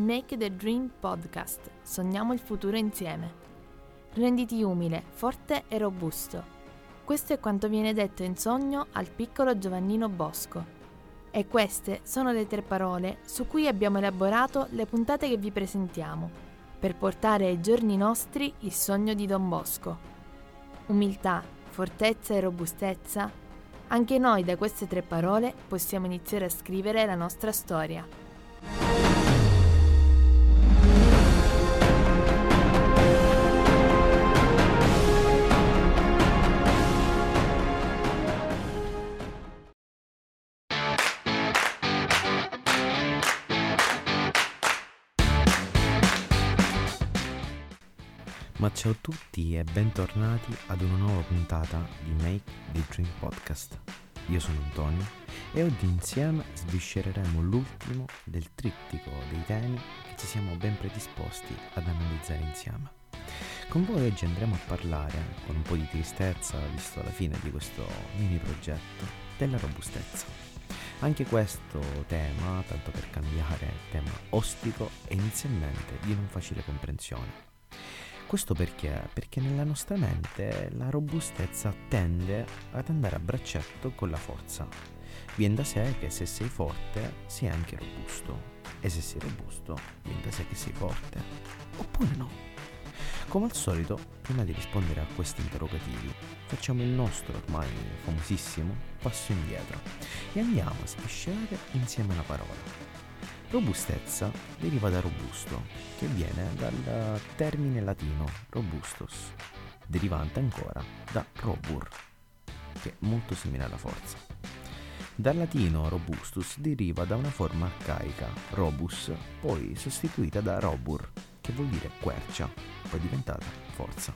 Make the Dream Podcast. Sogniamo il futuro insieme. Renditi umile, forte e robusto. Questo è quanto viene detto in sogno al piccolo Giovannino Bosco. E queste sono le 3 parole su cui abbiamo elaborato le puntate che vi presentiamo, per portare ai giorni nostri il sogno di Don Bosco. Umiltà, fortezza e robustezza. Anche noi da queste 3 parole possiamo iniziare a scrivere la nostra storia. Ma ciao a tutti e bentornati ad una nuova puntata di Make the Dream Podcast. Io sono Antonio e oggi insieme sviscereremo l'ultimo del trittico dei temi che ci siamo ben predisposti ad analizzare insieme. Con voi oggi andremo a parlare, con un po' di tristezza visto la fine di questo mini progetto, della robustezza. Anche questo tema, tanto per cambiare, tema ostico e inizialmente di non facile comprensione. Questo perché? Perché nella nostra mente la robustezza tende ad andare a braccetto con la forza. Viene da sé che se sei forte sei anche robusto, e se sei robusto viene da sé che sei forte. Oppure no? Come al solito, prima di rispondere a questi interrogativi, facciamo il nostro ormai famosissimo passo indietro e andiamo a sviscerare insieme la parola. Robustezza deriva da robusto, che viene dal termine latino robustus, derivante ancora da robur, che è molto simile alla forza. Dal latino robustus deriva da una forma arcaica, robus, poi sostituita da robur, che vuol dire quercia, poi diventata forza.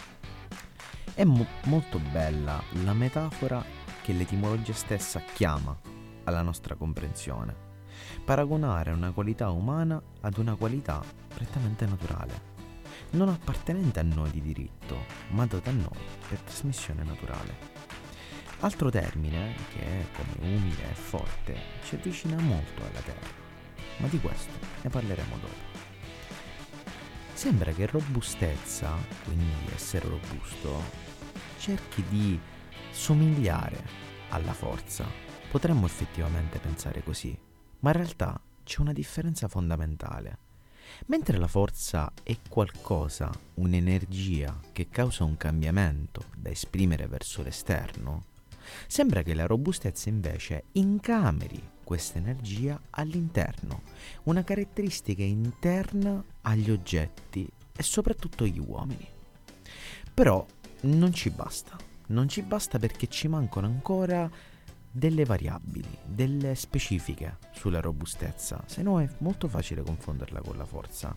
È molto bella la metafora che l'etimologia stessa chiama alla nostra comprensione. Paragonare una qualità umana ad una qualità prettamente naturale, non appartenente a noi di diritto, ma data a noi per trasmissione naturale. Altro termine, che è come umile e forte, ci avvicina molto alla terra, ma di questo ne parleremo dopo. Sembra che robustezza, quindi essere robusto, cerchi di somigliare alla forza. Potremmo effettivamente pensare così, ma in realtà c'è una differenza fondamentale. Mentre la forza è qualcosa, un'energia che causa un cambiamento da esprimere verso l'esterno, sembra che la robustezza invece incameri questa energia all'interno, una caratteristica interna agli oggetti e soprattutto agli uomini. Però non ci basta perché ci mancano ancora delle variabili, delle specifiche sulla robustezza, se no è molto facile confonderla con la forza.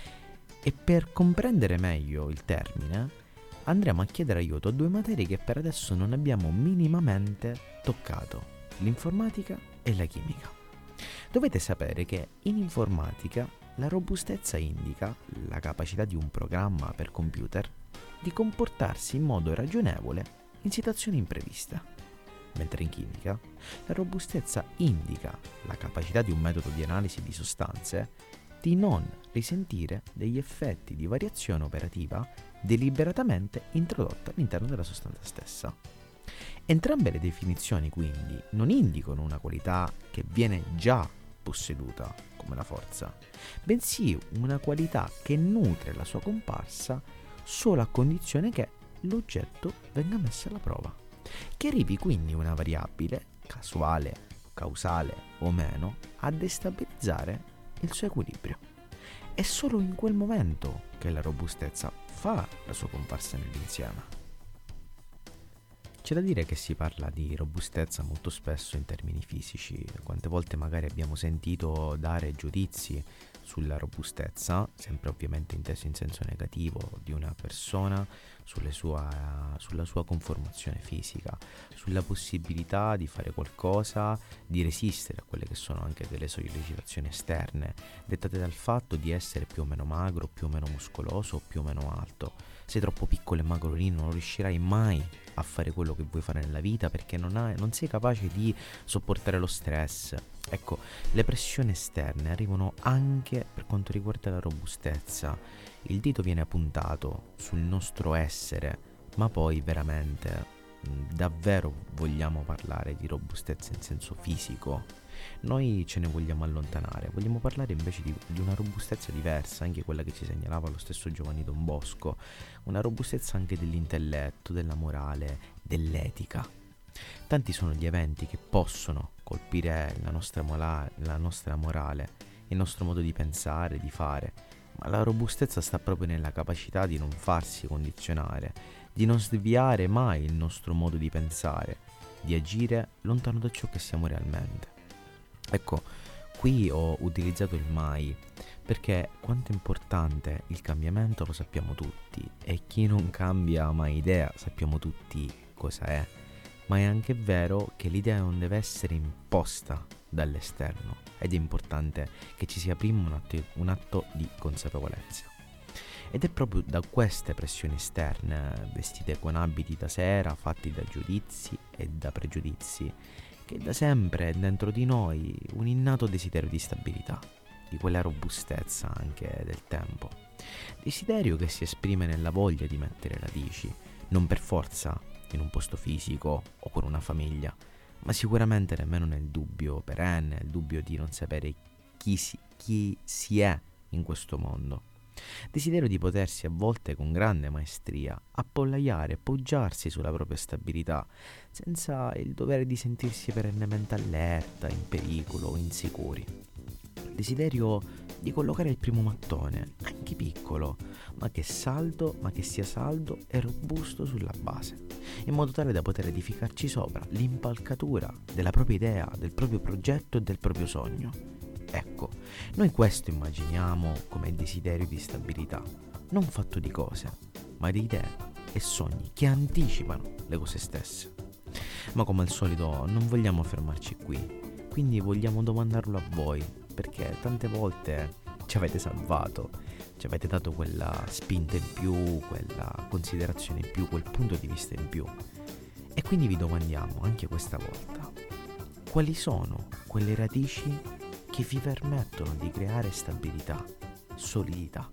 E per comprendere meglio il termine andremo a chiedere aiuto a 2 materie che per adesso non abbiamo minimamente toccato: l'informatica e la chimica. Dovete sapere che in informatica la robustezza indica la capacità di un programma per computer di comportarsi in modo ragionevole in situazioni impreviste. Mentre in chimica la robustezza indica la capacità di un metodo di analisi di sostanze di non risentire degli effetti di variazione operativa deliberatamente introdotta all'interno della sostanza stessa. Entrambe le definizioni quindi non indicano una qualità che viene già posseduta come la forza, bensì una qualità che nutre la sua comparsa solo a condizione che l'oggetto venga messo alla prova. Che arrivi quindi una variabile, casuale, causale o meno, a destabilizzare il suo equilibrio. È solo in quel momento che la robustezza fa la sua comparsa nell'insieme. C'è da dire che si parla di robustezza molto spesso in termini fisici. Quante volte magari abbiamo sentito dare giudizi sulla robustezza, sempre ovviamente inteso in senso negativo, di una persona, sulla sua conformazione fisica, sulla possibilità di fare qualcosa, di resistere a quelle che sono anche delle sollecitazioni esterne, dettate dal fatto di essere più o meno magro, più o meno muscoloso o più o meno alto. Sei troppo piccolo e magrolino, non riuscirai mai a fare quello che vuoi fare nella vita perché non sei capace di sopportare lo stress. Ecco, le pressioni esterne arrivano anche per quanto riguarda la robustezza. Il dito viene puntato sul nostro essere, ma poi veramente, davvero vogliamo parlare di robustezza in senso fisico? Noi ce ne vogliamo allontanare, vogliamo parlare invece di una robustezza diversa, anche quella che ci segnalava lo stesso Giovanni Don Bosco, una robustezza anche dell'intelletto, della morale, dell'etica. Tanti sono gli eventi che possono colpire la nostra morale, il nostro modo di pensare, di fare, ma la robustezza sta proprio nella capacità di non farsi condizionare, di non sviare mai il nostro modo di pensare, di agire lontano da ciò che siamo realmente. Ecco, qui ho utilizzato il mai perché quanto è importante il cambiamento lo sappiamo tutti e chi non cambia mai idea sappiamo tutti cosa è. Ma è anche vero che l'idea non deve essere imposta dall'esterno ed è importante che ci sia prima un atto di consapevolezza. Ed è proprio da queste pressioni esterne, vestite con abiti da sera, fatti da giudizi e da pregiudizi, che da sempre è dentro di noi un innato desiderio di stabilità, di quella robustezza anche del tempo. Desiderio che si esprime nella voglia di mettere radici, non per forza in un posto fisico o con una famiglia, ma sicuramente nemmeno nel dubbio perenne, il dubbio di non sapere chi si è in questo mondo. Desiderio di potersi a volte con grande maestria appollaiare e poggiarsi sulla propria stabilità, senza il dovere di sentirsi perennemente allerta, in pericolo o insicuri. Desiderio di collocare il primo mattone, anche piccolo, ma che sia saldo e robusto sulla base, in modo tale da poter edificarci sopra l'impalcatura della propria idea, del proprio progetto e del proprio sogno. Ecco, noi questo immaginiamo come desiderio di stabilità, non fatto di cose, ma di idee e sogni che anticipano le cose stesse. Ma come al solito non vogliamo fermarci qui, quindi vogliamo domandarlo a voi, perché tante volte ci avete salvato, ci avete dato quella spinta in più, quella considerazione in più, quel punto di vista in più. E quindi vi domandiamo anche questa volta, quali sono quelle radici che vi permettono di creare stabilità, solidità?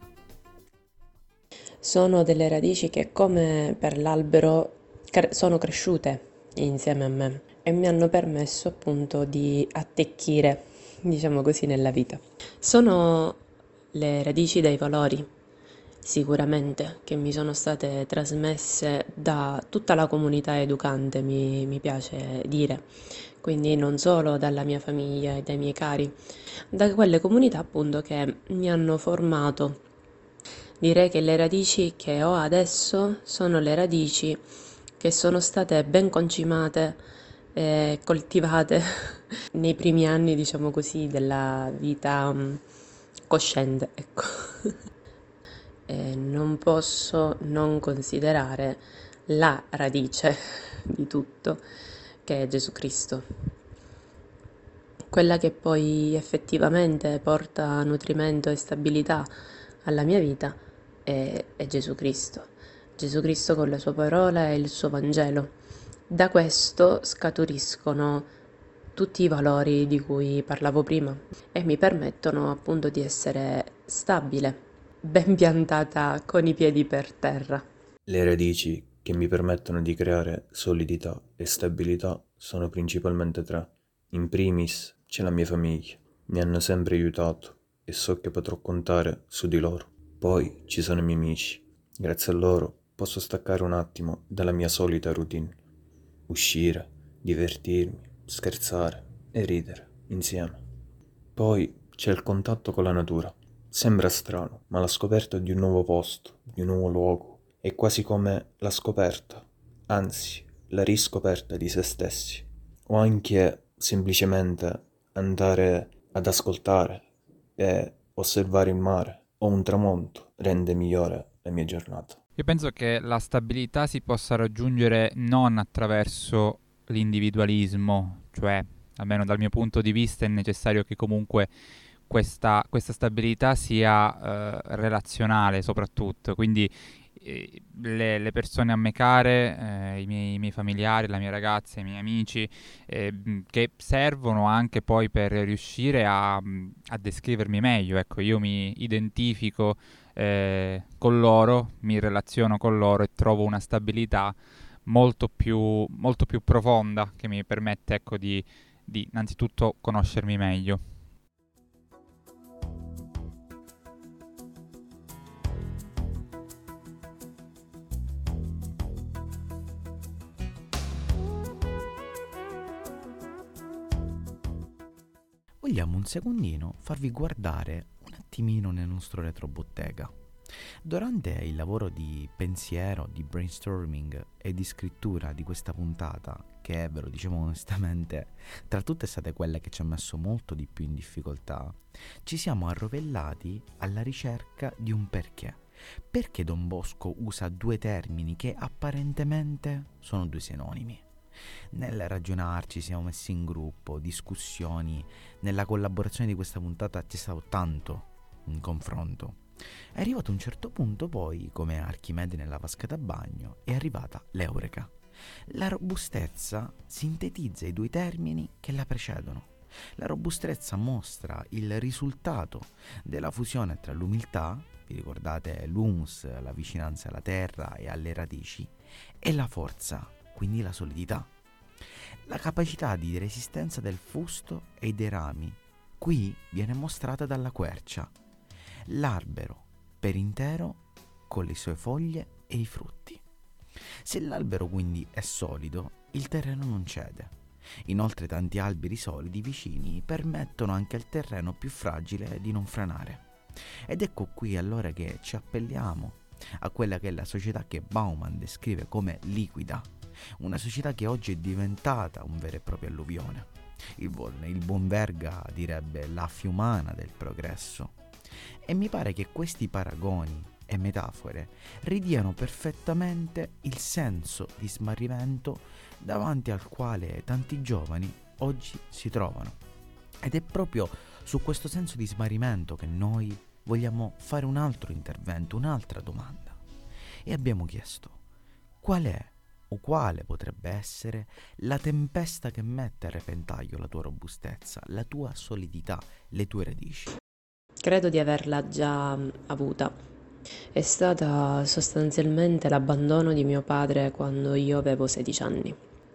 Sono delle radici che, come per l'albero, sono cresciute insieme a me e mi hanno permesso appunto di attecchire, diciamo così, nella vita. Sono le radici dei valori, sicuramente, che mi sono state trasmesse da tutta la comunità educante, mi piace dire, quindi non solo dalla mia famiglia e dai miei cari, da quelle comunità appunto che mi hanno formato. Direi che le radici che ho adesso sono le radici che sono state ben concimate e coltivate nei primi anni, diciamo così, della vita cosciente, ecco. E non posso non considerare la radice di tutto, che è Gesù Cristo. Quella che poi effettivamente porta nutrimento e stabilità alla mia vita è Gesù Cristo. Gesù Cristo con la sua parola e il suo Vangelo. Da questo scaturiscono tutti i valori di cui parlavo prima e mi permettono appunto di essere stabile, ben piantata con i piedi per terra. Le radici che mi permettono di creare solidità e stabilità sono principalmente tre. In primis c'è la mia famiglia, mi hanno sempre aiutato e so che potrò contare su di loro. Poi ci sono i miei amici, grazie a loro posso staccare un attimo dalla mia solita routine, uscire, divertirmi, scherzare e ridere insieme. Poi c'è il contatto con la natura. Sembra strano, ma la scoperta di un nuovo posto, di un nuovo luogo, è quasi come la scoperta, anzi la riscoperta di se stessi, o anche semplicemente andare ad ascoltare e osservare il mare o un tramonto rende migliore la mia giornata. Io penso che la stabilità si possa raggiungere non attraverso l'individualismo, cioè, almeno dal mio punto di vista, è necessario che comunque questa stabilità sia relazionale soprattutto, quindi le persone a me care, i miei familiari, la mia ragazza, i miei amici, che servono anche poi per riuscire a descrivermi meglio. Ecco, io mi identifico con loro, mi relaziono con loro e trovo una stabilità molto più profonda, che mi permette, ecco, di innanzitutto conoscermi meglio. Vogliamo un secondino farvi guardare un attimino nel nostro retrobottega. Durante il lavoro di pensiero, di brainstorming e di scrittura di questa puntata, che ve lo diciamo onestamente, tra tutte è stata quella che ci ha messo molto di più in difficoltà, ci siamo arrovellati alla ricerca di un perché. Perché Don Bosco usa due termini che apparentemente sono due sinonimi? Nel ragionarci siamo messi in gruppo, discussioni, nella collaborazione di questa puntata c'è stato tanto un confronto. È arrivato a un certo punto poi, come Archimede nella vasca da bagno, è arrivata l'eureka. La robustezza sintetizza i due termini che la precedono. La robustezza mostra il risultato della fusione tra l'umiltà, vi ricordate l'humus, la vicinanza alla terra e alle radici, e la forza, quindi la solidità. La capacità di resistenza del fusto e dei rami, qui viene mostrata dalla quercia. L'albero per intero con le sue foglie e i frutti. Se l'albero quindi è solido, il terreno non cede. Inoltre tanti alberi solidi vicini permettono anche al terreno più fragile di non franare. Ed ecco qui allora che ci appelliamo a quella che è la società che Bauman descrive come liquida, una società che oggi è diventata un vero e proprio alluvione. Il buon Verga direbbe la fiumana del progresso. E mi pare che questi paragoni e metafore ridiano perfettamente il senso di smarrimento davanti al quale tanti giovani oggi si trovano. Ed è proprio su questo senso di smarrimento che noi vogliamo fare un altro intervento, un'altra domanda. E abbiamo chiesto: qual è o quale potrebbe essere la tempesta che mette a repentaglio la tua robustezza, la tua solidità, le tue radici? Credo di averla già avuta. È stata sostanzialmente l'abbandono di mio padre quando io avevo 16 anni.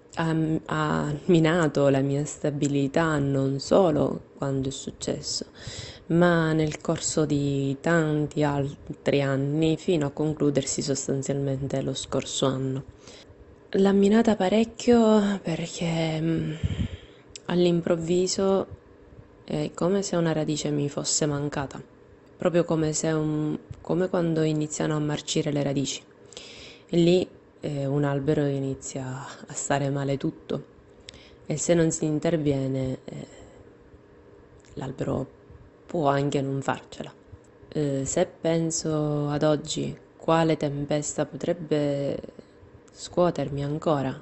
Ha minato la mia stabilità non solo quando è successo, ma nel corso di tanti altri anni fino a concludersi sostanzialmente lo scorso anno. L'ha minata parecchio perché all'improvviso è come se una radice mi fosse mancata, proprio come quando iniziano a marcire le radici. E lì un albero inizia a stare male tutto e se non si interviene l'albero può anche non farcela. Se penso ad oggi quale tempesta potrebbe scuotermi ancora,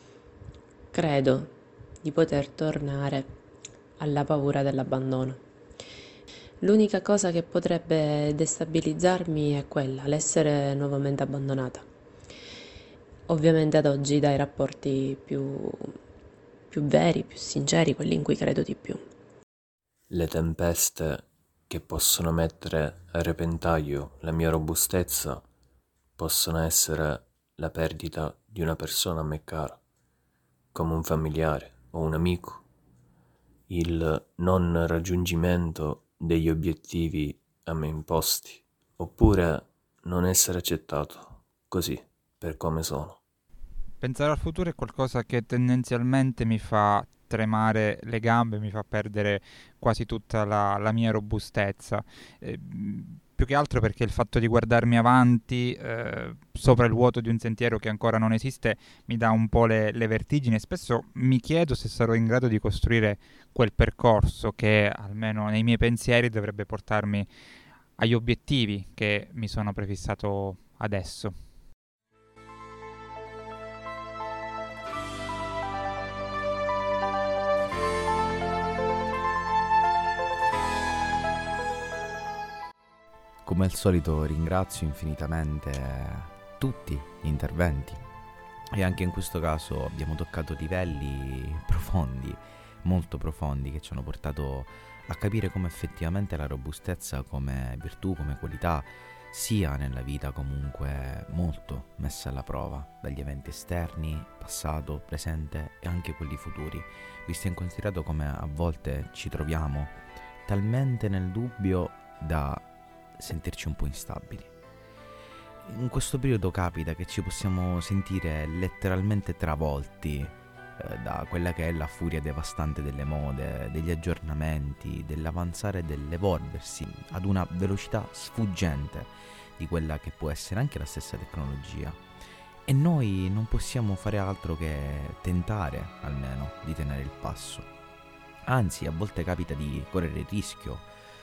credo di poter tornare alla paura dell'abbandono. L'unica cosa che potrebbe destabilizzarmi è quella, l'essere nuovamente abbandonata. Ovviamente ad oggi dai rapporti più veri, più sinceri, quelli in cui credo di più. Le tempeste che possono mettere a repentaglio la mia robustezza possono essere la perdita di una persona a me cara, come un familiare o un amico, il non raggiungimento degli obiettivi a me imposti, oppure non essere accettato così, per come sono. Pensare al futuro è qualcosa che tendenzialmente mi fa tremare le gambe, mi fa perdere quasi tutta la mia robustezza. Più che altro perché il fatto di guardarmi avanti sopra il vuoto di un sentiero che ancora non esiste mi dà un po' le vertigini e spesso mi chiedo se sarò in grado di costruire quel percorso che almeno nei miei pensieri dovrebbe portarmi agli obiettivi che mi sono prefissato adesso. Come al solito ringrazio infinitamente tutti gli interventi e anche in questo caso abbiamo toccato livelli profondi, molto profondi, che ci hanno portato a capire come effettivamente la robustezza come virtù, come qualità sia nella vita comunque molto messa alla prova dagli eventi esterni, passato, presente e anche quelli futuri, visto in considerato come a volte ci troviamo talmente nel dubbio da sentirci un po' instabili. In questo periodo capita che ci possiamo sentire letteralmente travolti da quella che è la furia devastante delle mode, degli aggiornamenti, dell'avanzare e dell'evolversi ad una velocità sfuggente di quella che può essere anche la stessa tecnologia. E noi non possiamo fare altro che tentare almeno di tenere il passo. Anzi, a volte capita di correre il rischio,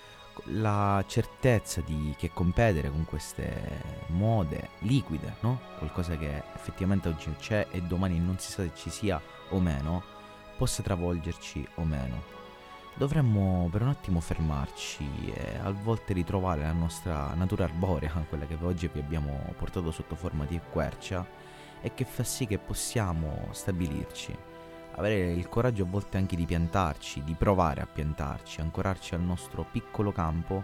la certezza che competere con queste mode liquide, no? Qualcosa che effettivamente oggi c'è e domani non si sa se ci sia o meno, possa travolgerci o meno. Dovremmo per un attimo fermarci e a volte ritrovare la nostra natura arborea, quella che oggi vi abbiamo portato sotto forma di quercia e che fa sì che possiamo stabilirci, avere il coraggio a volte anche di piantarci, di provare a piantarci, ancorarci al nostro piccolo campo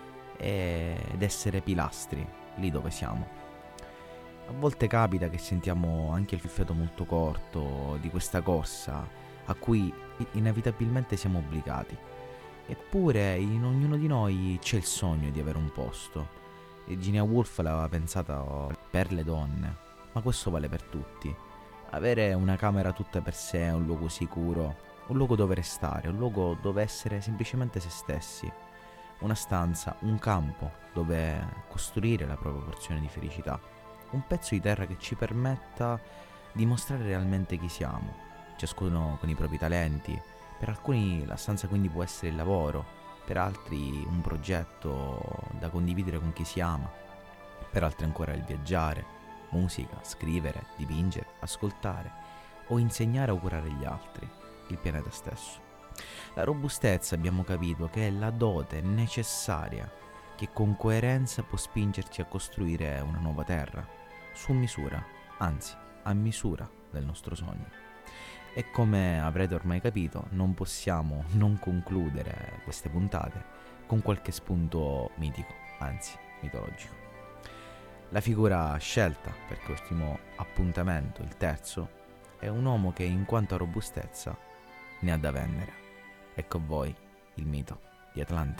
ed essere pilastri lì dove siamo. A volte capita che sentiamo anche il fiato molto corto di questa corsa a cui inevitabilmente siamo obbligati. Eppure in ognuno di noi c'è il sogno di avere un posto. Virginia Woolf l'aveva pensata per le donne, ma questo vale per tutti. Avere una camera tutta per sé, un luogo sicuro, un luogo dove restare, un luogo dove essere semplicemente se stessi, una stanza, un campo dove costruire la propria porzione di felicità, un pezzo di terra che ci permetta di mostrare realmente chi siamo, ciascuno con i propri talenti. Per alcuni la stanza quindi può essere il lavoro, per altri un progetto da condividere con chi si ama, per altri ancora il viaggiare, musica, scrivere, dipingere, ascoltare o insegnare o curare gli altri, il pianeta stesso. La robustezza abbiamo capito che è la dote necessaria che con coerenza può spingerci a costruire una nuova terra, su misura, anzi a misura del nostro sogno. E come avrete ormai capito, non possiamo non concludere queste puntate con qualche spunto mitico, anzi mitologico. La figura scelta per quest'ultimo appuntamento, il terzo, è un uomo che in quanto a robustezza ne ha da vendere. Ecco a voi il mito di Atlante.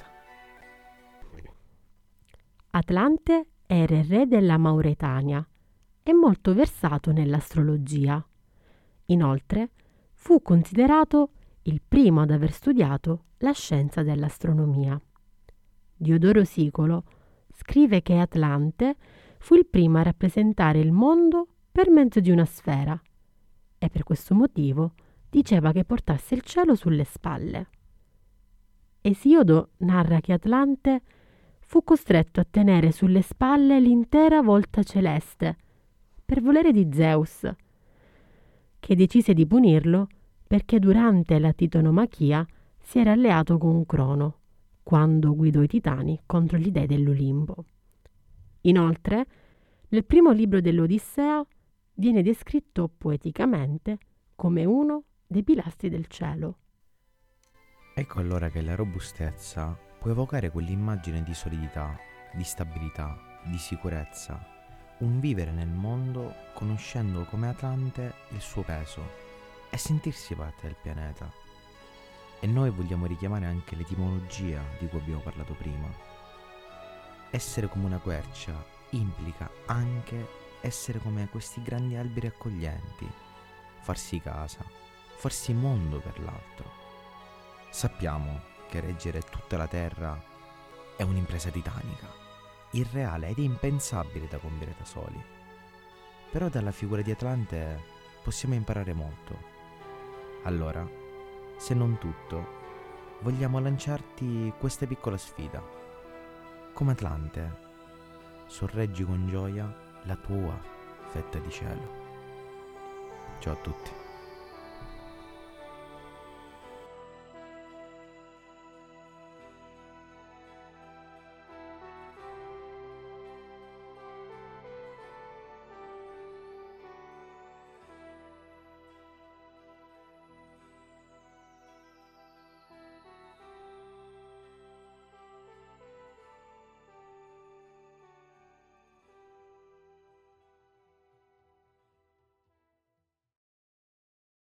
Atlante era il re della Mauretania e molto versato nell'astrologia. Inoltre fu considerato il primo ad aver studiato la scienza dell'astronomia. Diodoro Sicolo scrive che Atlante fu il primo a rappresentare il mondo per mezzo di una sfera e per questo motivo diceva che portasse il cielo sulle spalle. Esiodo narra che Atlante fu costretto a tenere sulle spalle l'intera volta celeste per volere di Zeus, che decise di punirlo perché durante la titanomachia si era alleato con Crono, quando guidò i titani contro gli dei dell'Olimpo. Inoltre, nel primo libro dell'Odissea viene descritto poeticamente come uno dei pilastri del cielo. Ecco allora che la robustezza può evocare quell'immagine di solidità, di stabilità, di sicurezza, un vivere nel mondo conoscendo come Atlante il suo peso e sentirsi parte del pianeta. E noi vogliamo richiamare anche l'etimologia di cui abbiamo parlato prima. Essere come una quercia implica anche essere come questi grandi alberi accoglienti, farsi casa, farsi mondo per l'altro. Sappiamo che reggere tutta la terra è un'impresa titanica, irreale ed impensabile da compiere da soli. Però dalla figura di Atlante possiamo imparare molto. Allora, se non tutto, vogliamo lanciarti questa piccola sfida. Come Atlante, sorreggi con gioia la tua fetta di cielo. Ciao a tutti.